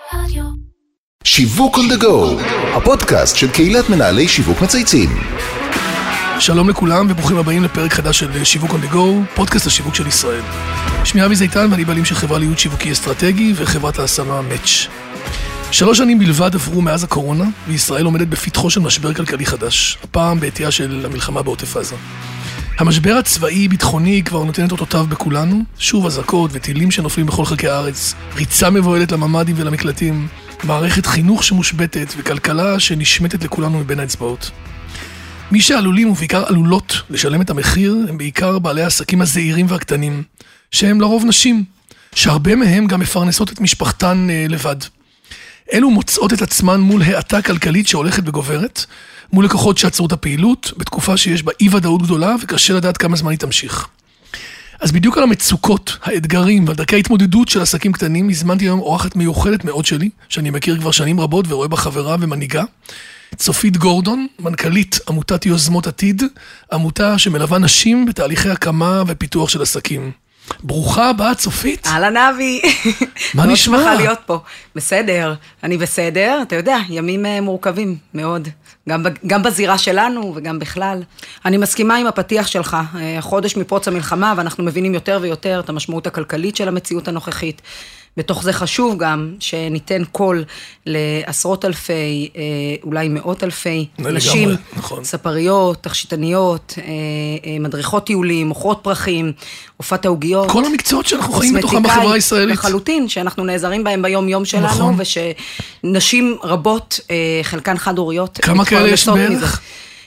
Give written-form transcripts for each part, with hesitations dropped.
שיווק on the go, הפודקאסט של קהילת מנהלי שיווק מצייצים. שלום לכולם וברוכים הבאים לפרק חדש של שיווק on the go, פודקאסט השיווק של ישראל. שמי אבי זיתן ואני בעלים של חברה לייעוץ שיווקי אסטרטגי וחברת ההשמה מאץ'. 3 שנים בלבד עברו מאז הקורונה, וישראל עומדת בפתחו של משבר כלכלי חדש, הפעם בעטייה של המלחמה בעוטף עזה. המשבר הצבאי-ביטחוני כבר נותן את אותותיו בכולנו, שוב אזעקות וטילים שנופלים בכל חלקי הארץ, ריצה מבוהלת לממ"דים ולמקלטים, מערכת חינוך שמושבתת וכלכלה שנשמטת לכולנו מבין האצבעות. מי שעלולים ובעיקר עלולות לשלם את המחיר הם בעיקר בעלי העסקים הזעירים והקטנים, שהם לרוב נשים, שהרבה מהם גם מפרנסות את משפחתן לבד. אלו מוצאות את עצמן מול האטה כלכלית שהולכת וגוברת, מול לקוחות שעצרו את הפעילות, בתקופה שיש בה אי-ודאות גדולה וקשה לדעת כמה זמן היא תמשיך. אז בדיוק על המצוקות, האתגרים ועל דרכי ההתמודדות של עסקים קטנים, הזמנתי היום אורחת מיוחדת מאוד שלי, שאני מכיר כבר שנים רבות ורואה בה חברה ומנהיגה, צופית גורדון, מנכ"לית עמותת יוזמות עתיד, עמותה שמלווה נשים בתהליכי הקמה ופיתוח של עסקים. ברוכה הבאה, צופית. אהלן אבי. מה נשמע? מאוד שמחה להיות פה. בסדר, אני בסדר, אתה יודע, ימים מורכבים מאוד. גם בזירה שלנו וגם בכלל. אני מסכימה עם הפתיח שלך, חודש מפרוץ המלחמה, ואנחנו מבינים יותר ויותר את המשמעות הכלכלית של המציאות הנוכחית. בתוך זה חשוב גם שניתן קול לעשרות אלפי, אולי מאות אלפי נשים, נכון. ספריות, תכשיטניות, מדריכות טיולים, מוכרות פרחים, הופעת העוגיות. כל המקצועות שאנחנו חיים בתוכם בחברה הישראלית. לחלוטין, שאנחנו נעזרים בהם ביום יום שלנו, נכון. ושנשים רבות, חלקן חד-הוריות. כמה כאלה יש בערך?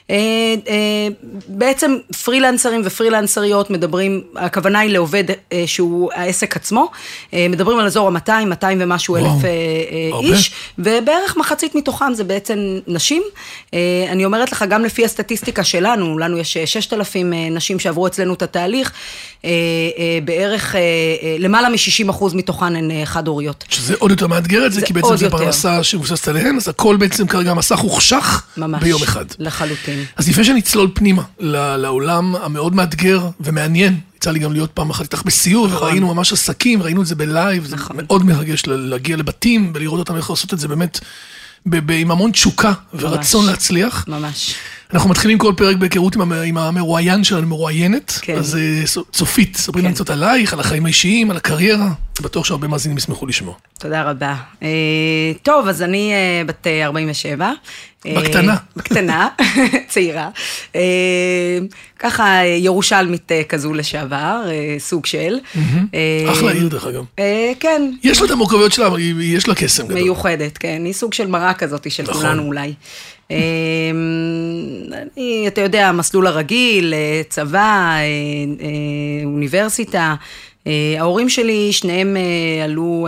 בעצם פרילנסרים ופרילנסריות מדברים, הכוונה היא לעובד שהוא העסק עצמו, מדברים על אזור ה-200 ומשהו אלף איש, ובערך מחצית מתוכם זה בעצם נשים. אני אומרת לך, גם לפי הסטטיסטיקה שלנו, לנו יש 6,000 נשים שעברו אצלנו את התהליך, בערך למעלה מ-60% מתוכן הן חד-הוריות. שזה עוד יותר מאתגר את זה, כי בעצם זה פרנסה שמבוססת עליהן, אז הכל בעצם כרגע המסך הוחשך ביום אחד. לחלוטין. אז לפני שנצלול פנימה לעולם המאוד מאתגר ומעניין, יצא לי גם להיות פעם אחת איתך בסיור, וראינו ממש עסקים, ראינו את זה בלייב, זה מאוד מרגש להגיע לבתים ולראות אותם איך לעשות את זה באמת עם המון תשוקה ורצון להצליח. ממש. אנחנו מתחילים כל פרק בהיכרות עם המרואיין שלנו, מרואיינת, אז צופית, ספרי לנו קצת עלייך, על החיים האישיים, על הקריירה, בטוח שהרבה מאזינים ישמחו לשמוע. תודה רבה. טוב, אז אני בת 47. בקטנה. בקטנה, צעירה. ככה ירושלמית כזו לשעבר, סוג של. אחלה עיר דרך אגב. כן. יש לה את המורכבויות שלה, אבל יש לה קסם גדול. מיוחדת, כן. היא סוג של מראה כזאת של כולנו אולי. אתה יודע, המסלול הרגיל, צבא, אוניברסיטה, ההורים שלי, שניהם עלו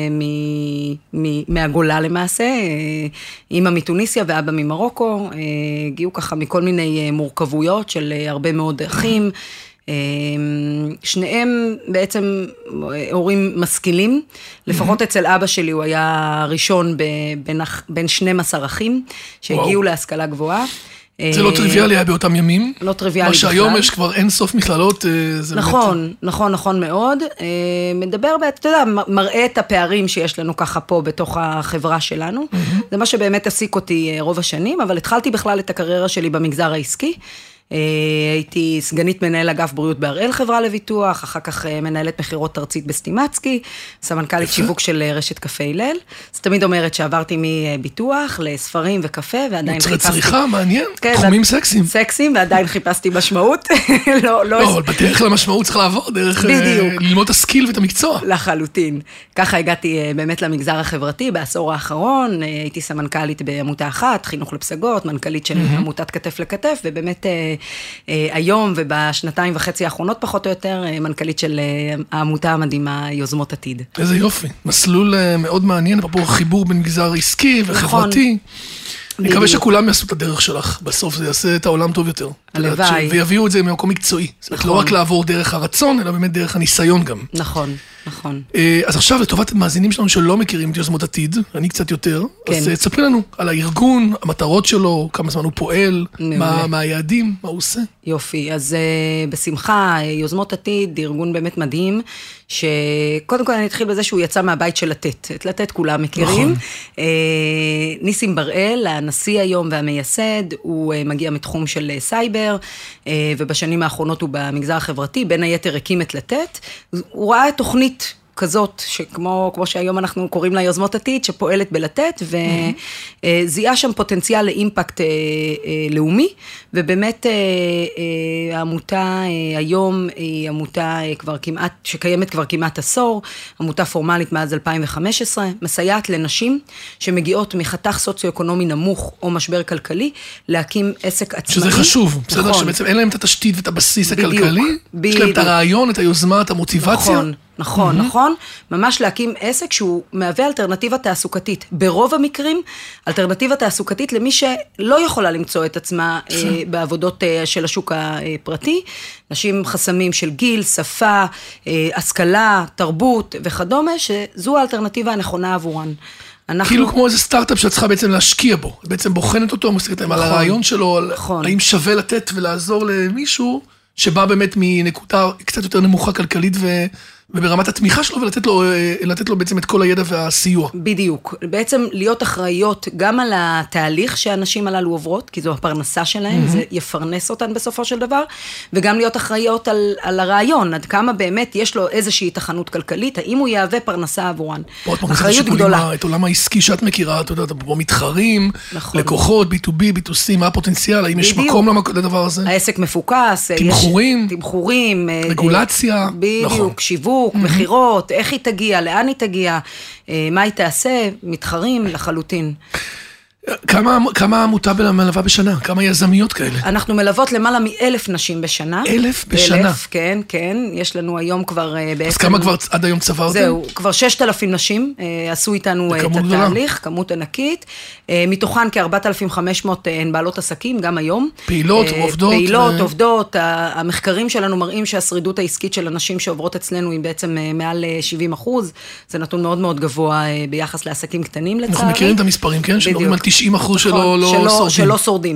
מהגולה למעשה, אמא מתוניסיה ואבא ממרוקו, הגיעו ככה מכל מיני מורכבויות של הרבה מאוד אחים, שניהם בעצם הורים משכילים, לפחות אצל אבא שלי הוא היה ראשון בין 12 אחים שהגיעו להשכלה גבוהה. זה לא טריוויאלי היה באותם ימים. לא טריוויאלי בכלל. מה שהיום יש כבר אין סוף מכללות. נכון מאוד. מדבר, אתה יודע, מראה את הפערים שיש לנו ככה פה בתוך החברה שלנו. זה מה שבאמת עסיק אותי רוב השנים, אבל התחלתי בכלל את הקריירה שלי במגזר העסקי. הייתי סגנית מנהל אגף בריאות בהראל חברה לביטוח, אחר כך מנהלת מחירות ארצית בסטימצקי, סמנכ"לית שיווק של רשת קפה הלל. אז תמיד אומרת שעברתי מביטוח לספרים וקפה, ועדיין חיפשתי... מוצרי צריכה, מעניין, תחומים סקסיים. סקסיים, ועדיין חיפשתי משמעות. לא, אבל בדרך למשמעות צריך לעבור, דרך ללמוד את הסקיל ואת המקצוע. לחלוטין. ככה הגעתי באמת למגזר החברתי, בעשור האחרון, הייתי סמנכ"לית בעמותה אחת, חינוך לפסגות, מנכ"לית של עמותת כתף לכתף, ובאמת היום ובשנתיים וחצי האחרונות פחות או יותר, מנכ"לית של העמותה המדהימה יוזמות עתיד. איזה יופי, מסלול מאוד מעניין, פה חיבור בין מגזר עסקי וחברתי. אני מקווה שכולם יעשו את הדרך שלך, בסוף זה יעשה את העולם טוב יותר. הלוואי. ויביאו את זה ממקום מקצועי. זאת אומרת, לא רק לעבור דרך הרצון, אלא באמת דרך הניסיון גם. נכון. נכון. אז עכשיו, לטובת מאזינים שלנו שלא מכירים את יוזמות עתיד, אני קצת יותר, אז תספרי לנו על הארגון, המטרות שלו, כמה זמן הוא פועל, מה היעדים, מה הוא עושה. יופי, אז בשמחה, יוזמות עתיד, ארגון באמת מדהים, שקודם כל אני אתחיל בזה שהוא יצא מהבית של לתת. את לתת כולם מכירים. נכון. ניסים בראל, הנשיא היום והמייסד, הוא מגיע מתחום של סייבר, ובשנים האחרונות הוא במגזר החברתי, בין היתר הקים את לתת. הוא ראה תוכנית כזאת, כמו שהיום אנחנו קוראים לה יוזמות עתיד, שפועלת בלתת, וזיהה שם פוטנציאל לאימפקט לאומי, ובאמת העמותה היום היא עמותה שקיימת כבר כמעט עשור, עמותה פורמלית מאז 2015, מסייעת לנשים שמגיעות מחתך סוציו-אקונומי נמוך או משבר כלכלי, להקים עסק עצמאי. שזה חשוב, בסדר, שבעצם אין להם את התשתית ואת הבסיס הכלכלי, יש להם את הרעיון, את היוזמה, את המוטיבציה. נכון, ממש להקים עסק שהוא מהווה אלטרנטיבה תעסוקתית. ברוב המקרים, אלטרנטיבה תעסוקתית למי שלא יכולה למצוא את עצמה בעבודות של השוק הפרטי. נשים חסמים של גיל, שפה, השכלה, תרבות וכדומה, שזו האלטרנטיבה הנכונה עבורן. כאילו כמו איזה סטארט-אפ שאת צריכה בעצם להשקיע בו, בעצם בוחנת אותו, מסתכלת על הרעיון שלו, האם שווה לתת ולעזור למישהו, שבא באמת מנקודה קצת יותר נמוכה כלכלית וברמת התמיכה שלו, ולתת לו בעצם את כל הידע והסיוע. בדיוק. בעצם להיות אחראיות גם על התהליך שהאנשים הללו עוברות, כי זו הפרנסה שלהם, זה יפרנס אותן בסופו של דבר, וגם להיות אחראיות על הרעיון, עד כמה באמת יש לו איזושהי תחנות כלכלית, האם הוא יהווה פרנסה עבורן. אחריות גדולה. את עולם העסקי שאת מכירה, את יודעת, בו מתחרים, לקוחות, B2B, B2C, מה הפוטנציאל, האם יש מקום לדבר הזה? העסק מפוקס, תמחורים, רגולציה. בדיוק, שיווק, מחירות, איך היא תגיע, לאן היא תגיע, מה היא תעשה, מתחרים לחלוטין. כמה עמותה מלווה בשנה? כמה יזמיות כאלה? אנחנו מלוות למעלה מ1,000 נשים בשנה. 1,000 בשנה? 1,000, כן. יש לנו היום כבר בעצם... אז כמה כבר עד היום צברתם? זהו, כבר 6,000 נשים עשו איתנו את התהליך, כמות ענקית. מתוכן כ-4,500 הן בעלות עסקים, גם היום. פעילות, עובדות. פעילות, עובדות. המחקרים שלנו מראים שהשרידות העסקית של הנשים שעוברות אצלנו היא בעצם מעל 70%. זה נתון מאוד מאוד גבוה ביחס לעסקים קטנים, לצערי. אנחנו מכירים את המספרים, כן? שמדברים על 90% שלא שורדים.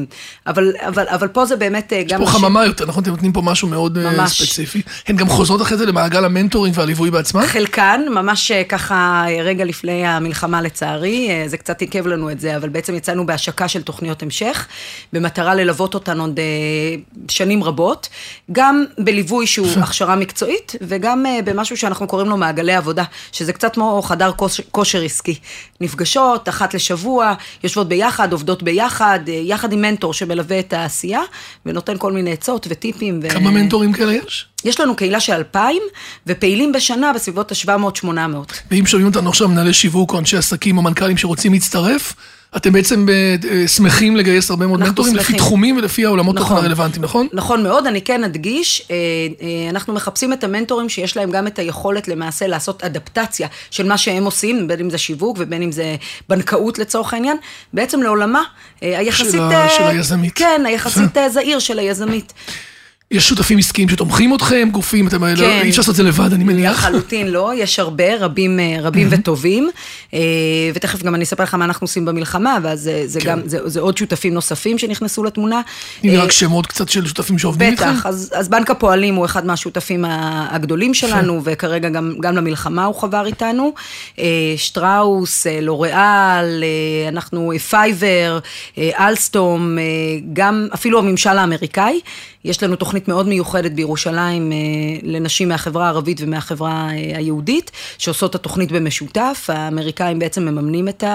אבל פה זה באמת גם... יש פה חממה יותר, נכון? אתם נותנים פה משהו מאוד ספציפי. הן גם חוזרות אחרי זה למעגל המנטורינג והליווי בעצמן? חלקן, ממש ככה רגע לפני המלחמה לצערי, זה קצת עיכב לנו את זה, אבל בעצם יצאנו בהשקה של תוכניות המשך, במטרה ללוות אותן עוד שנים רבות, גם בליווי שהוא הכשרה מקצועית, וגם במשהו שאנחנו קוראים לו מעגלי עבודה, שזה קצת כמו חדר כושר עסקי. נפגשות, אחת לשבוע, יושבות ביחד, עובדות ביחד, יחד עם מנטור שמלווה את העשייה, ונותן כל מיני עצות וטיפים. כמה מנטורים כאלה יש? יש לנו קהילה של 2,000, ופעילים בשנה בסביבות ה-700-800. ואם שומעים אותנו עכשיו מנהלי שיווק, או אנשי עסקים, או מנכ"לים שרוצים להצטרף, אתם בעצם שמחים לגייס הרבה מאוד מנטורים, לפי תחומים ולפי העולמות תוכן הרלוונטיים, נכון? נכון מאוד, אני כן אדגיש, אנחנו מחפשים את המנטורים שיש להם גם את היכולת למעשה לעשות אדפטציה של מה שהם עושים, בין אם זה שיווק ובין אם זה בנקאות לצורך העניין, בעצם לעולמה היחסית... של היזמית. כן, היחסית זעיר של היזמית. יש שותפים עסקיים שתומכים אתכם, גופים, אתם אי אפשר לעשות את זה לבד, אני מניח. לחלוטין לא, יש הרבה, רבים וטובים, ותכף גם אני אספר לך מה אנחנו עושים במלחמה, ואז זה עוד שותפים נוספים שנכנסו לתמונה. הנה רק שמות קצת של שותפים שעובדים איתכם. בטח, אז בנק הפועלים הוא אחד מהשותפים הגדולים שלנו, וכרגע גם למלחמה הוא חבר איתנו. שטראוס, לוריאל, אנחנו פייבר, אלסטום, גם אפילו הממשל האמריקאי. יש לנו תוכנית מאוד מיוחדת בירושלים לנשים מהחברה הערבית ומהחברה היהודית, שעושות את התוכנית במשותף, האמריקאים בעצם מממנים את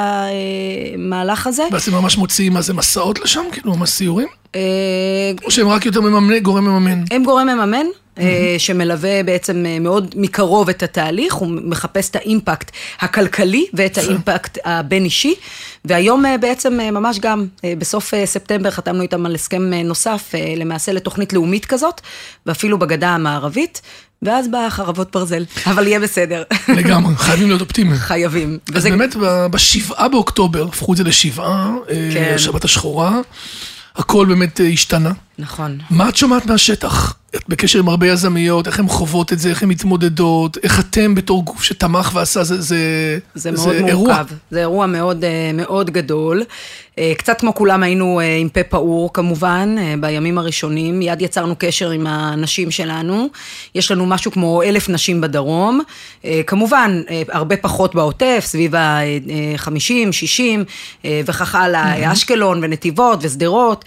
המהלך הזה. ואז הם ממש מוציאים מה זה מסעות לשם, כאילו, ממש סיורים? או שהם רק יותר גורם מממן? הם גורם מממן. שמלווה בעצם מאוד מקרוב את התהליך, הוא מחפש את האימפקט הכלכלי ואת האימפקט הבין אישי, והיום בעצם ממש גם בסוף ספטמבר חתמנו איתם על הסכם נוסף למעשה לתוכנית לאומית כזאת, ואפילו בגדה המערבית, ואז באה חרבות ברזל, אבל יהיה בסדר. לגמרי, חייבים להיות אופטימיים. חייבים. אז באמת ב7 באוקטובר, הפכו את זה ל7, שבת השחורה, הכל באמת השתנה. נכון. מה את שומעת מהשטח? את בקשר עם הרבה יזמיות, איך הן חוות את זה, איך הן מתמודדות, איך אתם בתור גוף שתמך ועשה, זה מאוד מורכב. זה אירוע מאוד, מאוד גדול. קצת כמו כולם היינו עם פה פעור כמובן, בימים הראשונים, מיד יצרנו קשר עם הנשים שלנו, יש לנו משהו כמו 1,000 נשים בדרום, כמובן הרבה פחות בעוטף, סביב ה-50, 60, וכך הלאה, אשקלון ונתיבות וסדרות,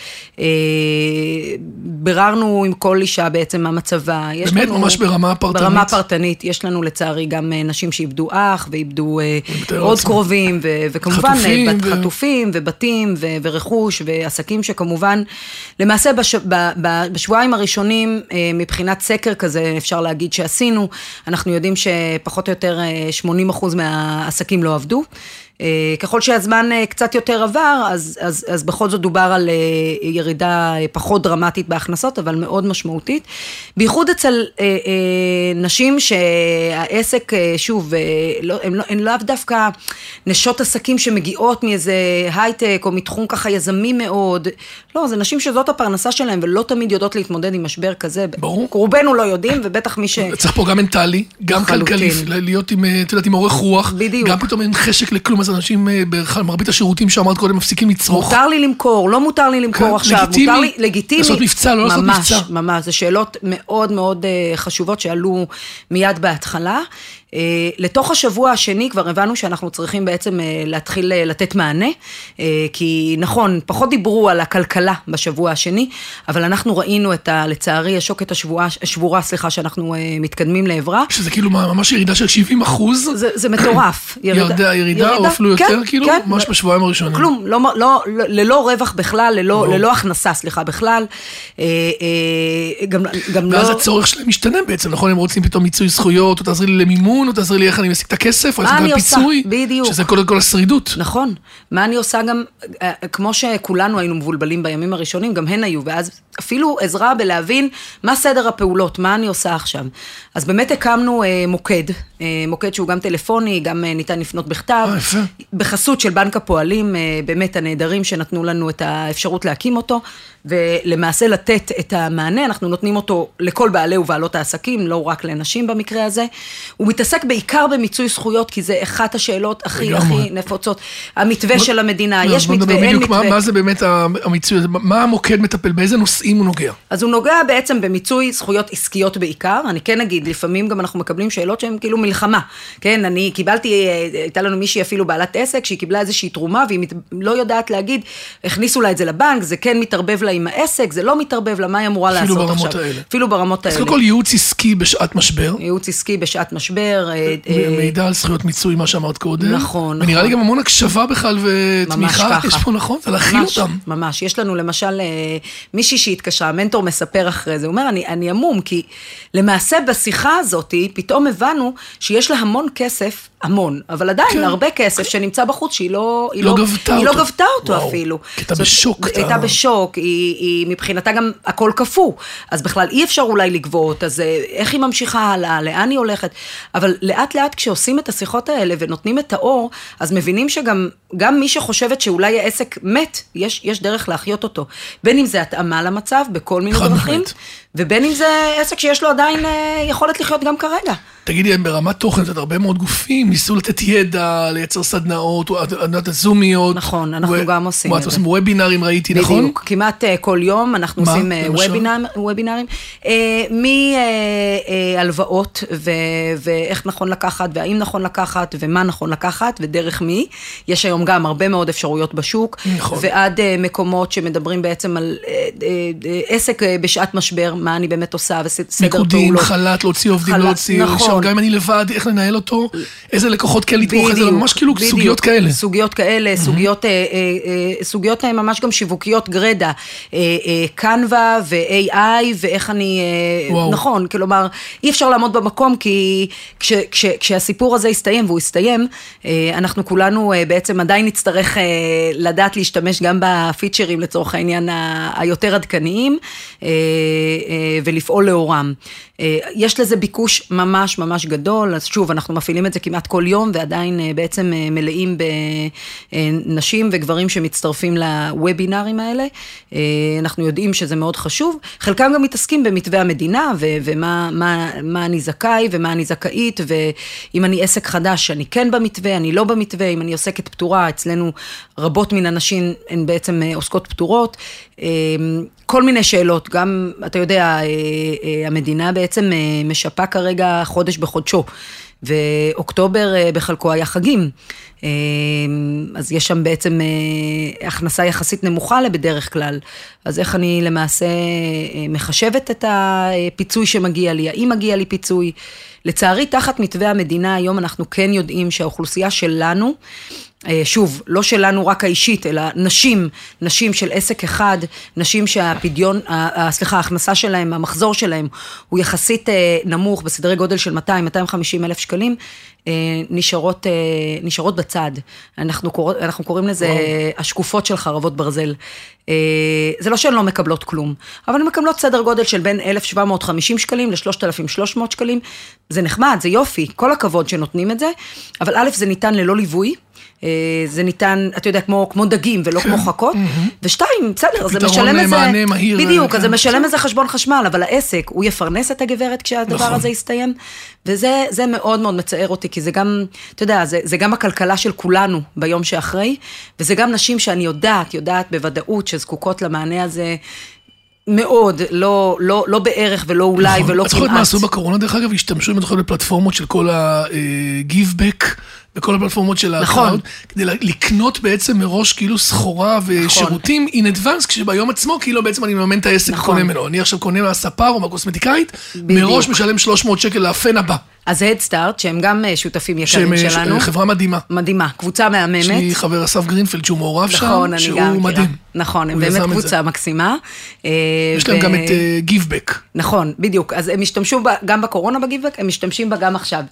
ביררנו עם כל אישה בעצם מה מצבה. באמת ממש ברמה פרטנית? ברמה פרטנית, יש לנו לצערי גם נשים שאיבדו אח, ואיבדו עוד קרובים, וכמובן חטופים ובתים, ורכוש ועסקים שכמובן, למעשה בשבועיים הראשונים, מבחינת סקר כזה, אפשר להגיד שעשינו, אנחנו יודעים שפחות או יותר 80% מהעסקים לא עבדו, ככל שהזמן קצת יותר עבר, אז בכל זאת דובר על ירידה פחות דרמטית בהכנסות, אבל מאוד משמעותית. בייחוד אצל נשים שהעסק, שוב, הן לאו דווקא נשות עסקים שמגיעות מאיזה הייטק, או מתחום ככה יזמי מאוד. לא, זה נשים שזאת הפרנסה שלהם, ולא תמיד יודעות להתמודד עם משבר כזה. ברור. רובנו לא יודעים, ובטח מי צריך פה גם מנטלי, גם כלכלי, להיות עם, את יודעת, עם אורך רוח. בדיוק. גם פתאום אין חשק לכלום, אז אנשים מרבית השירותים שאמרת קודם מפסיקים לצרוך. מותר לי למכור, לא מותר לי למכור עכשיו. לגיטימי. לגיטימי. לעשות מבצע, לא לעשות מבצע. ממש, זה שאלות מאוד מאוד חשובות שעלו מיד בהתחלה. לתוך השבוע השני כבר הבנו שאנחנו צריכים בעצם להתחיל לתת מענה, כי נכון, פחות דיברו על הכלכלה בשבוע השני, אבל אנחנו ראינו לצערי, השוקת השבורה, שאנחנו מתקדמים לעברה. שזה כאילו ממש ירידה של 70%. זה מטורף. ירידה או אפילו יותר, כאילו, ממש בשבועיים הראשונים. כלום, ללא רווח בכלל, ללא הכנסה, בכלל. ואז הצורך שלהם משתנה בעצם, נכון? הם רוצים פתאום מיצוי זכויות, או תעזרי לי למימון, או תעזרי לי איך אני משיג את הכסף, או איך אני פיצוי, שזה קודם כל השרידות. נכון. מה אני עושה גם, כמו שכולנו היינו מבולבלים בימים הראשונים, גם הן היו, ואז אפילו עזרה בלהבין מה סדר הפעולות, מה אני עושה עכשיו. אז באמת הקמנו מוקד שהוא גם טלפוני, גם ניתן לפנות בכתב, בחסות של בנק הפועלים, באמת הנהדרים שנתנו לנו את האפשרות להקים אותו, ולמעשה לתת את המענה, אנחנו נותנים אותו לכל בעלי ובעלות העסקים, לא רק לנשים במקרה הזה. הוא מתעסק בעיקר במיצוי זכויות, כי זה אחת השאלות הכי נפוצות. המתווה של המדינה, יש מתווה, אין מתווה. מה זה באמת המיצוי? מה המוקד מטפל? באיזה נושאים הוא נוגע? אז הוא נוגע בעצם במיצוי זכויות עסקיות בעיקר. אני כן אגיד, לפעמים גם אנחנו מקבלים שאלות שהן כאילו מלחמה. כן, אני קיבלתי, הייתה לנו מישהי אפילו בעלת עסק, שהיא קיבלה איזושהי תרומה, והיא לא יודעת להגיד, הכניסו לה את זה לבנק, זה כן מתערבב לה עם העסק, זה לא מתערבב לה, מה היא אמורה לעשות עכשיו? אפילו ברמות האלה. אז כל ייעוץ עסקי בשעת משבר. ייעוץ עסקי בשעת משבר. מידע על זכויות מיצוי, מה שאמרת קודם. נכון. ונראה לי גם המון הקשבה בכלל ותמיכה. יש פה נכון, זה להכיל אותם. ממש. יש לנו למשל מישהי שהתקשרה, מנטור מספר אחרי זה, הוא אומר, אני עמום, כי למעשה בשיחה הזאת, פתאום הבנו שיש לה המון כסף, המון, אבל עדיין הרבה כסף שנמצא בחוץ, שהיא לא גבתה אותו אפילו. הייתה בשוק. הייתה בשוק, היא מבחינתה גם הכל קפוא, אז בכלל אי אפשר אולי לגבות, אז איך היא ממשיכה הלאה, לאן היא הולכת, אבל לאט לאט כשעושים את השיחות האלה ונותנים את האור, אז מבינים שגם מי שחושבת שאולי העסק מת, יש דרך להחיות אותו, בין אם זה התאמה למצב, בכל מיני דרכים, ובין אם זה עסק שיש לו עדיין יכולת לחיות גם כרגע. תגידי, ברמת תוכן, זאת הרבה מאוד גופים, ניסו לתת ידע, לייצר סדנאות, הזומיות. נכון, אנחנו גם עושים את זה. עושים וובינרים, ראיתי, נכון? בדיוק, כמעט כל יום אנחנו עושים וובינרים, מהלוואות, ואיך נכון לקחת, והאם נכון לקחת, ומה נכון לקחת, ודרך מי. יש היום גם הרבה מאוד אפשרויות בשוק, ועד מקומות שמדברים בעצם על עסק בשעת משבר, מה אני באמת עושה, וסדר פעולות. מיקודים, חל"ת, להוציא עובדים, להוציא, גם אם אני לבד, איך לנהל אותו, איזה לקוחות כן לתמוך, איזה ממש כאילו סוגיות כאלה. סוגיות כאלה, סוגיות ממש גם שיווקיות גרדה, קנווה ו-AI, ואיך אני, נכון, כלומר, אי אפשר לעמוד במקום, כי כשהסיפור הזה יסתיים, והוא יסתיים, אנחנו כולנו בעצם עדיין נצטרך לדעת להשתמש גם בפיצ'רים לצורך העניין היותר עדכניים, ולפעול לאורם. יש לזה ביקוש ממש ממש גדול, אז שוב, אנחנו מפעילים את זה כמעט כל יום, ועדיין בעצם מלאים בנשים וגברים שמצטרפים לוובינרים האלה. אנחנו יודעים שזה מאוד חשוב. חלקם גם מתעסקים במתווה המדינה, ומה אני זכאי ומה אני זכאית, ואם אני עסק חדש, אני כן במתווה, אני לא במתווה, אם אני עוסקת פטורה, אצלנו רבות מן הנשים הן בעצם עוסקות פטורות. כל מיני שאלות, גם, אתה יודע, המדינה בעצם משפה כרגע חודש בחודשו, ואוקטובר בחלקו היה חגים, אז יש שם בעצם הכנסה יחסית נמוכה בדרך כלל, אז איך אני למעשה מחשבת את הפיצוי שמגיע לי, האם מגיע לי פיצוי? לצערי, תחת מתווה המדינה היום אנחנו כן יודעים שהאוכלוסייה שלנו, שוב, לא שלנו רק האישית, אלא נשים של עסק אחד, נשים שהפדיון, ההכנסה שלהם, המחזור שלהם, הוא יחסית נמוך, בסדרי גודל של 200-250 אלף שקלים, נשארות בצד. אנחנו קוראים לזה השקופות של חרבות ברזל. זה לא שהן לא מקבלות כלום, אבל הן מקבלות סדר גודל של בין 1,750 שקלים ל-3,300 שקלים. זה נחמד, זה יופי, כל הכבוד שנותנים את זה, אבל א', זה ניתן ללא ליווי, זה ניתן, אתה יודע, כמו דגים ולא כמו חכות, ושתיים, בסדר, זה משלם איזה, בדיוק, אז זה משלם איזה חשבון חשמל, אבל העסק, הוא יפרנס את הגברת כשהדבר הזה יסתיים, וזה מאוד מאוד מצער אותי, כי זה גם, אתה יודע, זה גם הכלכלה של כולנו ביום שאחרי, וזה גם נשים שאני יודעת בוודאות שזקוקות למענה הזה, מאוד, לא בערך ולא אולי ולא כמעט. את זוכרת מה עשו בקורונה, דרך אגב, השתמשו עם התחלות בפלטפורמות של כל ה-give back, וכל הפלטפורמות של הקלאוד, כדי לקנות בעצם מראש כאילו סחורה ושירותים in advance, כשביום עצמו כאילו בעצם אני מממן את העסק וקונה ממנו. אני עכשיו קונה מהספר או מהקוסמטיקאית, מראש משלם 300 שקל לאפן הבא. אז Head Start, שהם גם שותפים יקרים שלנו. חברה מדהימה. מדהימה, קבוצה מהממת. יש לי חבר אסף גרינפלד שהוא מעורב שם, שהוא מדהים. נכון, הם באמת קבוצה מקסימה. יש להם גם את Give Back. נכון, בדיוק. אז הם השתמשו גם בקורונה ב-Give Back, הם משתמשים בה גם עכשיו.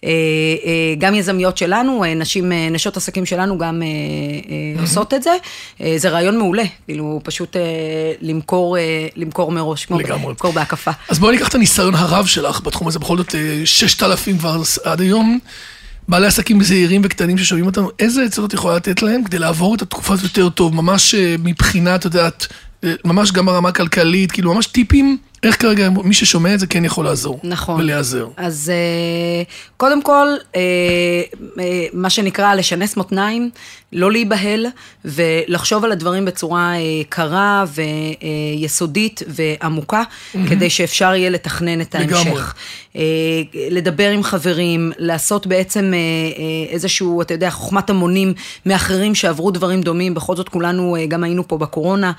גם יזמיות שלנו, נשות עסקים שלנו גם עושות את זה. זה רעיון מעולה, כאילו פשוט למכור מראש, כמו למכור בהקפה. אז בואי ניקח את הניסיון הרב שלך בתחום הזה, בכל זאת 6,000 כבר עד היום, בעלי עסקים זעירים וקטנים ששומעים אותנו, איזה עצות יכולה לתת להם כדי לעבור את התקופה יותר טוב, ממש מבחינה, אתה יודעת, ממש גם ברמה כלכלית, כאילו ממש טיפים, איך כרגע מי ששומע את זה כן יכול לעזור. נכון. ולעזר. אז קודם כל, מה שנקרא לשנס מותניים, לא להיבהל, ולחשוב על הדברים בצורה קרה ויסודית ועמוקה, כדי שאפשר יהיה לתכנן את ההמשך. לדבר עם חברים, לעשות בעצם איזשהו, אתה יודע, חוכמת המונים מאחרים שעברו דברים דומים, בכל זאת כולנו גם היינו פה בקורונה,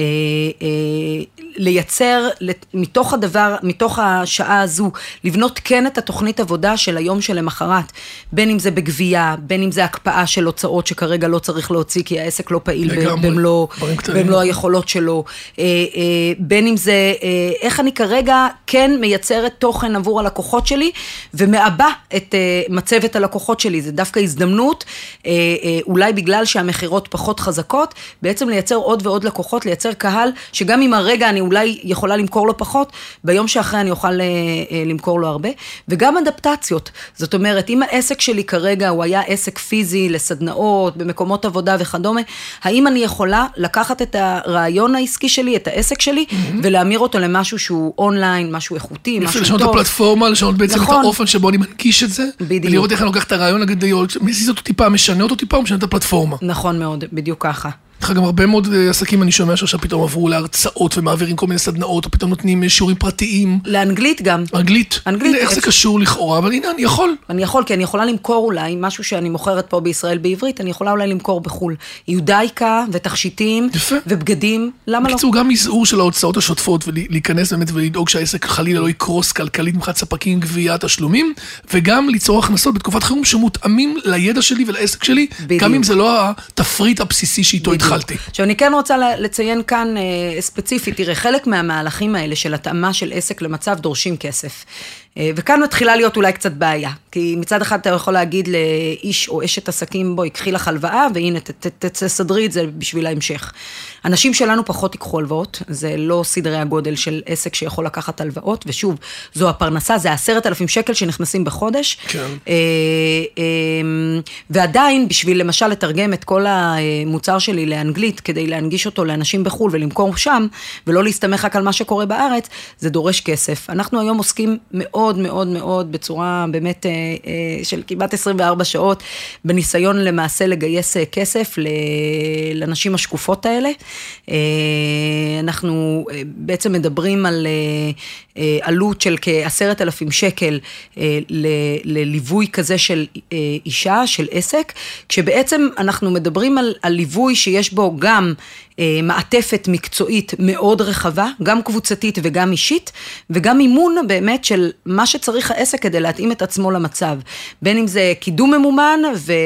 לייצר מתוך השעה הזו, לבנות כן את התוכנית עבודה של היום שלמחרת, בין אם זה בגבייה, בין אם זה הקפאה של הוצאות שכרגע לא צריך להוציא, כי העסק לא פעיל במלוא היכולות שלו, בין אם זה איך אני כרגע כן מייצרת תוכן עבור הלקוחות שלי, ומאבא את מצבת הלקוחות שלי, זה דווקא הזדמנות, אולי בגלל שהמחירות פחות חזקות, בעצם לייצר עוד ועוד לקוחות, לייצר קהל, שגם אם הרגע אני אולי יכולה למכור לו פחות, ביום שאחרי אני אוכל למכור לו הרבה, וגם אדפטציות. זאת אומרת, אם העסק שלי כרגע הוא היה עסק פיזי לסדנאות, במקומות עבודה וכדומה, האם אני יכולה לקחת את הרעיון העסקי שלי, את העסק שלי, ולהמיר אותו למשהו שהוא אונליין, משהו איכותי, משהו טוב. לשנות את הפלטפורמה, לשנות בעצם את האופן שבו אני מנגיש את זה, ולראות איך אני לוקח את הרעיון, מזיז אותו טיפה, משנה אותו טיפה, או משנה את הפלטפורמה. נכון מאוד, בדיוק ככה. לך גם הרבה מאוד עסקים אני שומע שעכשיו פתאום עברו להרצאות ומעבירים כל מיני סדנאות, או פתאום נותנים שיעורים פרטיים. לאנגלית גם. אנגלית. איך זה קשור לכאורה, אבל הנה, אני יכול. אני יכול, כי אני יכולה למכור אולי משהו שאני מוכרת פה בישראל בעברית, אני יכולה אולי למכור בחול. יודאיקה ותכשיטים ובגדים, למה לא? בקיצור, גם מזעור של ההוצאות השוטפות, ולהיכנס באמת ולדאוג שהעסק חלילה לא יקרוס כלכלית מבחינת ספקים, גביית תשלומים, וגם ליצור הכנסות בתקופת חירום שמותאמים לידע שלי ולעסק שלי, גם אם זה לא התפריט הבסיסי שאיתו התחלתי. עכשיו, אני כן רוצה לציין כאן ספציפית, תראה, חלק מהמהלכים האלה של התאמה של עסק למצב דורשים כסף. וכאן מתחילה להיות אולי קצת בעיה, כי מצד אחד אתה יכול להגיד לאיש או אשת עסקים, בואי, קחי לך הלוואה, והנה, תסדרי את זה בשביל ההמשך. אנשים שלנו פחות ייקחו הלוואות, זה לא סדרי הגודל של עסק שיכול לקחת הלוואות, ושוב, זו הפרנסה, זה 10,000 שקל שנכנסים בחודש, כן. ועדיין, בשביל למשל לתרגם את כל המוצר שלי לאנגלית, כדי להנגיש אותו לאנשים בחול ולמכור שם, ולא להסתמך רק על מה שקורה בארץ, זה דורש כסף. אנחנו היום עוסקים מאוד מאוד מאוד, בצורה באמת של כמעט 24 שעות, בניסיון למעשה לגייס כסף לנשים השקופות האלה. אנחנו בעצם מדברים על עלות של כ10,000 שקל לליווי כזה של אישה, של עסק, כשבעצם אנחנו מדברים על ליווי שיש בו גם מעטפת מקצועית מאוד רחבה, גם קבוצתית וגם אישית, וגם אימון באמת של מה שצריך העסק כדי להתאים את עצמו למצב. בין אם זה קידום ממומן,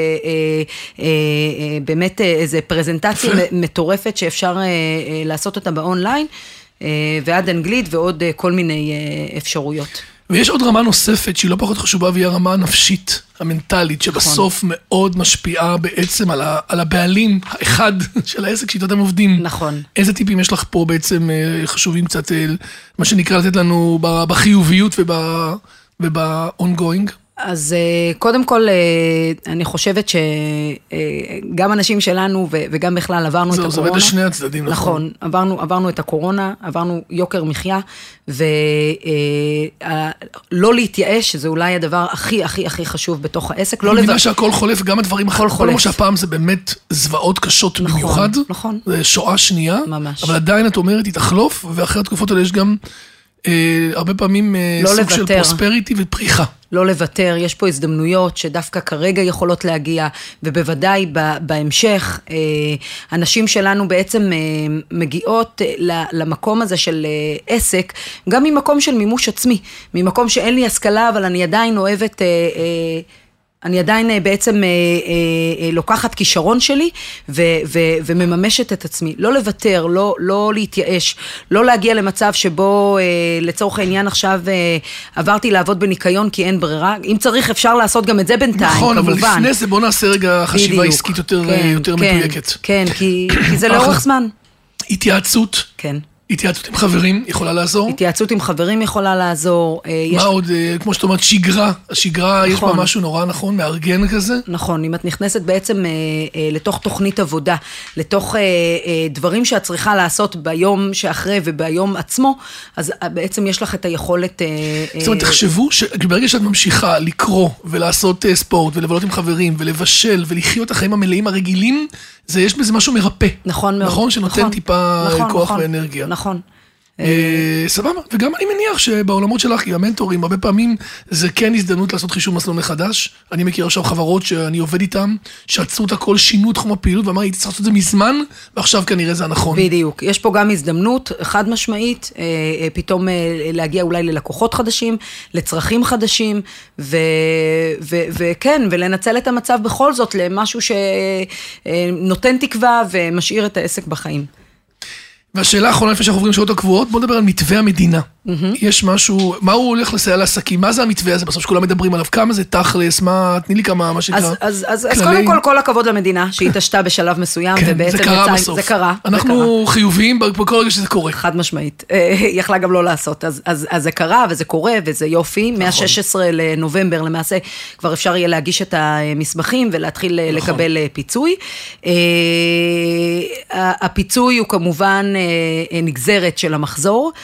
ובאמת איזו פרזנטציה מטורפת שאפשר לעשות אותה באונליין, ועד אנגלית ועוד כל מיני אפשרויות. ויש עוד רמה נוספת שהיא לא פחות חשובה, והיא הרמה הנפשית, המנטלית, שבסוף מאוד משפיעה בעצם על הבעלים האחד של העסק שאיתו אתם עובדים. נכון. איזה טיפים יש לך פה בעצם חשובים קצת, מה שנקרא לתת לנו בחיוביות וב-ongoing? אז קודם כל, אני חושבת שגם אנשים שלנו וגם בכלל עברנו את הקורונה. זה עובד לשני הצדדים, נכון. נכון, עברנו את הקורונה, עברנו יוקר מחיה, ולא להתייאש, זה אולי הדבר הכי הכי הכי חשוב בתוך העסק. אני מבינה שהכל חולף, גם הדברים אחרים. כל מה שהפעם זה באמת זוועות קשות במיוחד. נכון. זה שואה שנייה. ממש. אבל עדיין את אומרת, היא תחלוף, ואחרי התקופות האלה יש גם הרבה פעמים סוג של פרוספריטי ופריחה. לא לוותר, יש פה הזדמנויות שדווקא כרגע יכולות להגיע, ובוודאי בהמשך, אנשים שלנו בעצם מגיעות למקום הזה של עסק, גם ממקום של מימוש עצמי, ממקום שאין לי השכלה, אבל אני עדיין אוהבת אני עדיין בעצם לוקחת כישרון שלי ומממשת את עצמי. לא לוותר, לא להתייאש, לא להגיע למצב שבו לצורך העניין עכשיו עברתי לעבוד בניקיון כי אין ברירה. אם צריך אפשר לעשות גם את זה בינתיים, נכון, כמובן. אבל לפני זה בוא נעשה רגע חשיבה עסקית יותר מדויקת. כן, כי זה לאורך זמן. התייעצות. כן. התייעצות עם חברים יכולה לעזור? התייעצות עם חברים יכולה לעזור. מה עוד, כמו שאת אומרת, שגרה. השגרה יש בה משהו נורא נכון, מארגן כזה? נכון, אם את נכנסת בעצם לתוך תוכנית עבודה, לתוך דברים שאת צריכה לעשות ביום שאחרי וביום עצמו, אז בעצם יש לך את היכולת... זאת אומרת, תחשבו שברגע שאת ממשיכה לקרוא ולעשות ספורט ולבלות עם חברים ולבשל ולחיות החיים המלאים הרגילים, יש בזה משהו מרפא. נכון מאוד. נכון, שנותן טיפה כוח ואנרגיה. נכון. סבבה, וגם אני מניח שבעולמות שלך, עם המנטורים, הרבה פעמים זה כן הזדמנות לעשות חישוב מסלול מחדש. אני מכיר עכשיו חברות שאני עובד איתן, שעצרו את הכל, שינו תחום הפעילות, ואמר, הייתי צריך לעשות את זה מזמן, ועכשיו כנראה זה הנכון. בדיוק. יש פה גם הזדמנות חד משמעית, פתאום להגיע אולי ללקוחות חדשים, לצרכים חדשים, וכן, ולנצל את המצב בכל זאת למשהו שנותן תקווה ומשאיר את העסק בחיים. והשאלה האחרונה לפני שאנחנו עוברים לשעות הקבועות, בוא נדבר על מתווה המדינה. יש משהו, מה הוא הולך לסייע לעסקים? מה זה המתווה הזה בסוף שכולם מדברים עליו? כמה זה תכלס? תני לי כמה, מה שקרה. אז קודם כל הכבוד למדינה, שהיא תשתה בשלב מסוים, ובעצם זה קרה בסוף. זה קרה. אנחנו חיוביים בכל רגע שזה קורה. חד משמעית. יכלה גם לא לעשות. אז זה קרה, וזה קורה, וזה יופי. מה-16 לנובמבר, למעשה, כבר אפשר יהיה להגיש את המסמכים, ולהתחיל לקבל פיצוי. הפיצוי הוא כמובן נגזרת של המחזור,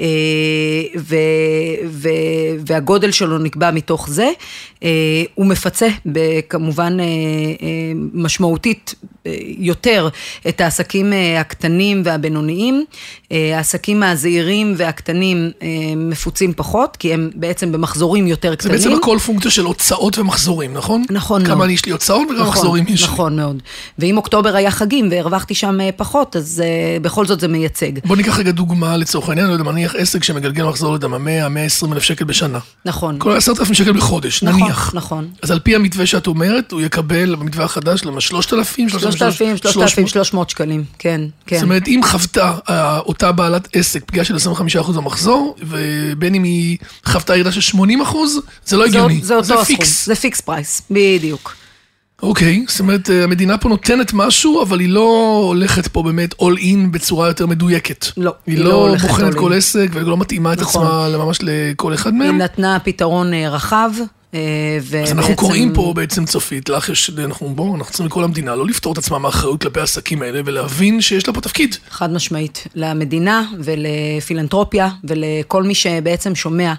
והגודל שלו נקבע מתוך זה. הוא מפצה כמובן משמעותית יותר את העסקים הקטנים והבינוניים. העסקים הזעירים והקטנים מפוצים פחות, כי הם בעצם במחזורים יותר קטנים. זה בעצם הכל פונקציה של הוצאות ומחזורים, נכון? נכון מאוד. כמה יש לי הוצאות וגם מחזורים יש. נכון מאוד. ואם אוקטובר היה חגים והרווחתי שם פחות, אז בכל זאת זה מייצג. בוא ניקח רגע דוגמה לצורך העניין, לא יודע, מניח עסק שמגלגל מחזור לדמה 100-120 אלף שקל בשנה. נכון. כל 10,000 שקל בחודש, נניח. נכון. אז על פי המתווה שאת אומרת, הוא יקבל במתווה החדש, למה 3,000, 3,500? 3,300 שקלים, כן, כן. זאת אומרת, אם חוותה אותה בעלת עסק, פגיעה של 25% במחזור, ובין אם היא חוותה ירידה של 80%, זה לא הגיוני. זה אותו הסכום, זה פיקס פרייס, בדיוק. אוקיי, זאת אומרת, המדינה פה נותנת משהו, אבל היא לא הולכת פה באמת all in בצורה יותר מדויקת. לא, היא לא בוחנת כל עסק, ולא מתאימה את עצמה ממש לכל אחד מהם. היא נתנה פתרון רחב, אז אנחנו קוראים פה בעצם צופית, אנחנו צריכים לכל המדינה, לא לפתור את עצמה מאחריות כלפי העסקים האלה, ולהבין שיש לה פה תפקיד. חד משמעית, למדינה ולפילנטרופיה, ולכל מי שבעצם שומע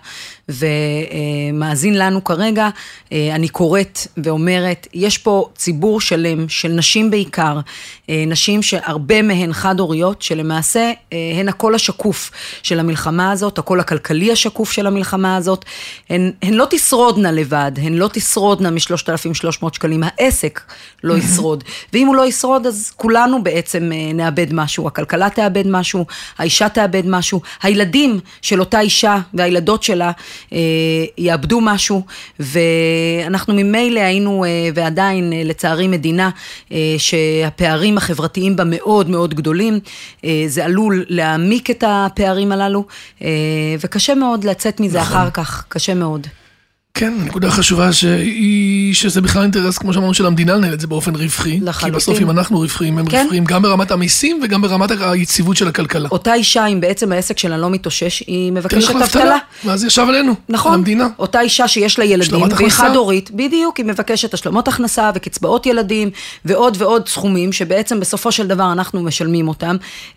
ומאזין לנו כרגע, אני קוראת ואומרת, יש פה ציבור שלם של נשים בעיקר, נשים שהרבה מהן חד-הוריות, שלמעשה הן הקול השקוף של המלחמה הזאת, הקול הכלכלי השקוף של המלחמה הזאת, הן לא תשרודנה לבד, הן לא תשרודנה מ-3,300 שקלים, העסק לא ישרוד, ואם הוא לא ישרוד, אז כולנו בעצם נאבד משהו, הכלכלה תאבד משהו, האישה תאבד משהו, הילדים של אותה אישה והילדות שלה יאבדו משהו, ואנחנו ממילא היינו ועדיין לצערי מדינה שהפערים החברתיים בה מאוד מאוד גדולים, זה עלול להעמיק את הפערים הללו, וקשה מאוד לצאת מזה אחר כך, קשה מאוד. כן, נקודה חשובה שזה בכלל אינטרס, כמו שאמרנו, של המדינה לנהל את זה באופן רווחי. כי בסוף אם אנחנו רווחים, הם רווחים גם ברמת המיסים וגם ברמת היציבות של הכלכלה. אותה אישה, אם בעצם העסק שלה לא מתאושש, היא מבקשת אבטלה. ואז ישב עלינו, נכון, למדינה. אותה אישה שיש לה ילדים, והיא חד-הורית, בדיוק, היא מבקשת השלמות הכנסה וקצבאות ילדים, ועוד ועוד סכומים, שבעצם בסופו של דבר אנחנו משלמים אותם.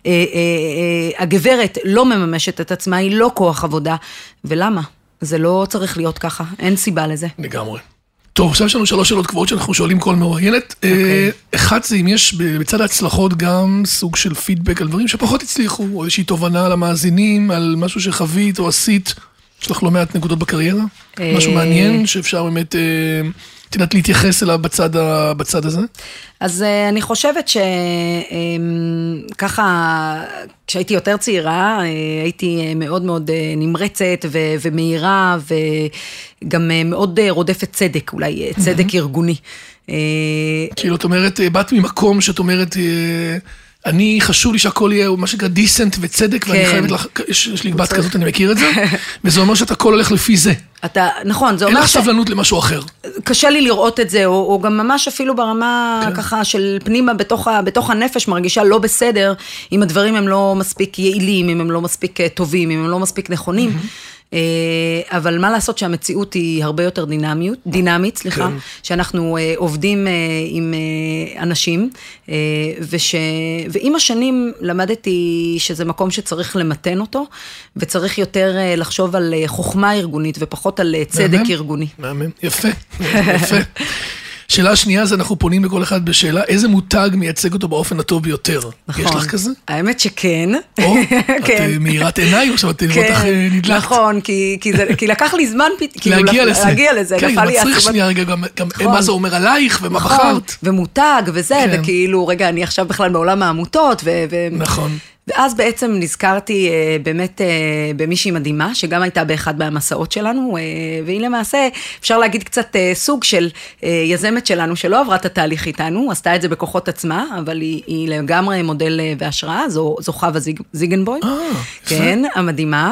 הגברת לא מממשת את עצמה, היא לא כוח עבודה. ולמה? זה לא צריך להיות ככה, אין סיבה לזה. לגמרי. טוב, עכשיו יש לנו 3 שאלות קבועות שאנחנו שואלים כל מרואיינת. אחד זה אם יש בצד ההצלחות גם סוג של פידבק על דברים שפחות הצליחו, או איזושהי תובנה על המאזינים, על משהו שחווית או עשית, יש לך לא מעט נקודות בקריירה, משהו מעניין שאפשר באמת, תדעת להתייחס אליו בצד הזה. אז אני חושבת שככה, כשהייתי יותר צעירה, הייתי מאוד מאוד נמרצת ומהירה, וגם מאוד רודפת צדק, אולי צדק ארגוני. כאילו, את אומרת, באת ממקום שאת אומרת, אני חשוב לי שהכל יהיה מה שנקרא דיסנט וצדק, ואני חייבת לך, יש לי בת כזאת, אני מכיר את זה, וזה אומר שאתה הכל הולך לפי זה. נכון, זה אומר אין לך סבלנות למשהו אחר. קשה לי לראות את זה, או גם ממש אפילו ברמה ככה של פנימה בתוך הנפש מרגישה לא בסדר, אם הדברים הם לא מספיק יעילים, אם הם לא מספיק טובים, אם הם לא מספיק נכונים. אבל מה לעשות שהמציאות היא הרבה יותר דינמית, שאנחנו עובדים עם אנשים, ועם השנים למדתי שזה מקום שצריך למתן אותו, וצריך יותר לחשוב על חוכמה ארגונית, ופחות על צדק ארגוני. מאמן, יפה, יפה. שאלה שנייה, זה אנחנו פונים לכל אחד בשאלה, איזה מותג מייצג אותו באופן הטוב ביותר? נכון. יש לך כזה? האמת שכן. או, את מהירת עיניי, עכשיו את נראות לך נדלקת. נכון, כי לקח לי זמן להגיע לזה. כן, זה מצריך שנייה רגע, גם מה זה אומר עלייך ומה בחרת. ומותג וזה, וכאילו, רגע, אני עכשיו בכלל בעולם העמותות. נכון. ואז בעצם נזכרתי באמת במישהי מדהימה, שגם הייתה באחד מהמסעות שלנו, והיא למעשה, אפשר להגיד קצת סוג של יזמת שלנו, שלא עברה את התהליך איתנו, עשתה את זה בכוחות עצמה, אבל היא לגמרי מודל והשראה, זו חווה זיגנבוי, כן, המדהימה.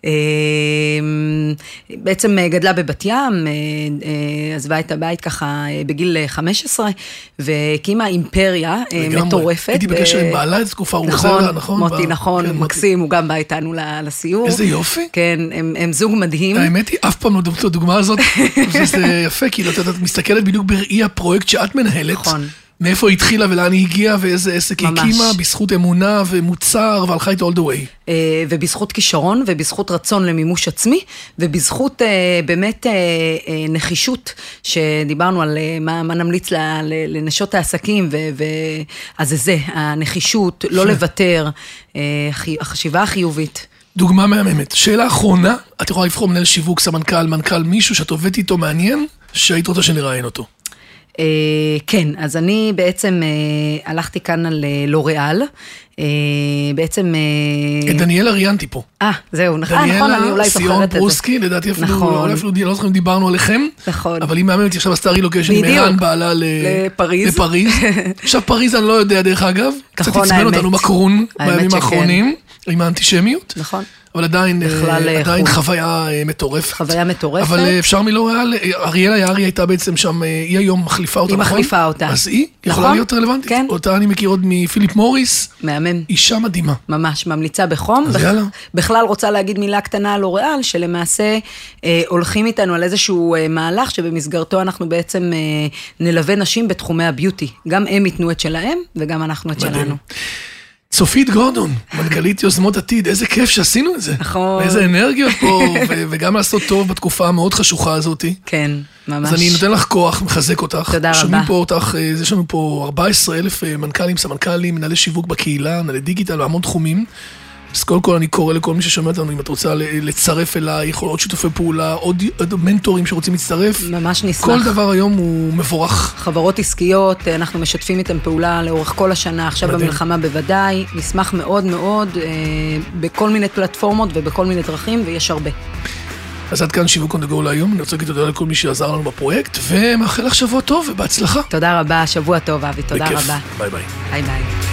בעצם גדלה בבת ים, עזבה את הבית ככה בגיל 15, והקימה אימפריה מטורפת. הייתי בקשר עם בעלה את תקופה רוזלה, נכון? מוטי, נכון, מקסים, הוא גם בא איתנו לסיור. איזה יופי. כן, הם זוג מדהים. האמת היא, אף פעם לא דמות לדוגמה הזאת, וזה יפה, כי את מסתכלת בדיוק בראי הפרויקט שאת מנהלת. נכון. מאיפה היא התחילה ולאן היא הגיעה ואיזה עסק היא הקימה, בזכות אמונה ומוצר והלכה איתו all the way. ובזכות כישרון ובזכות רצון למימוש עצמי, ובזכות באמת נחישות, שדיברנו על מה נמליץ לנשות העסקים, אז זה, הנחישות, לא לוותר, החשיבה החיובית. דוגמה מהממת. שאלה אחרונה, את יכולה לבחור מנהל שיווק, סמנכ"ל, מנכ"ל, מישהו שאת עובדת איתו מעניין, שהיית רוצה שנראיין אותו. כן, אז אני בעצם הלכתי כאן על לוריאל, בעצם... את דניאלה ראיינתי פה. זהו, נכון, אני אולי זוכרת את זה. סיון פרוסקי, לדעתי אפילו, לא זוכרים, דיברנו עליכם. נכון. אבל היא מאמנת עכשיו עשתה רילוקיישן עם ערן בעלה לפריז. עכשיו פריז אני לא יודע דרך אגב, קצת עצבן אותנו מקרון בימים האחרונים, עם האנטישמיות. נכון. אבל עדיין חוויה מטורפת. חוויה מטורפת. אבל אפשר מלוריאל, אריאלה יערי הייתה בעצם שם, היא היום מחליפה אותה, היא נכון? מחליפה אותה. אז היא יכולה להיות רלוונטית. כן. אותה אני מכיר עוד מפיליפ מוריס. מהמם. אישה מדהימה. ממש, ממליצה בחום. אז יאללה. בכלל רוצה להגיד מילה קטנה על לוריאל, שלמעשה הולכים איתנו על איזשהו מהלך, שבמסגרתו אנחנו בעצם נלווה נשים בתחומי הביוטי. גם הם ייתנו את שלהם, וגם אנחנו את שלנו. צופית גורדון, מנכ"לית יוזמות עתיד, איזה כיף שעשינו את זה. נכון. איזה אנרגיות פה, וגם לעשות טוב בתקופה המאוד חשוכה הזאת. כן, ממש. אז אני נותן לך כוח, מחזק אותך. תודה רבה. שומעים פה אותך, יש לנו פה 14,000 מנכ"לים, סמנכ"לים, מנהלי שיווק בקהילה, מנהלי דיגיטל, והמון תחומים. אז קודם כל אני קורא לכל מי ששומע אותנו, אם את רוצה לצרף אליי, יכול עוד שיתופי פעולה, עוד מנטורים שרוצים להצטרף. ממש נשמח. כל דבר היום הוא מבורך. חברות עסקיות, אנחנו משתפים איתם פעולה לאורך כל השנה, עכשיו במלחמה בוודאי, נשמח מאוד מאוד, בכל מיני פלטפורמות ובכל מיני דרכים, ויש הרבה. אז עד כאן שיווק on the go להיום, אני רוצה להגיד תודה לכל מי שעזר לנו בפרויקט, ומאחל לך שבוע טוב ובהצלחה. תודה רבה, שבוע טוב אבי, תודה בכיף. רבה. ביי ביי. ביי ביי.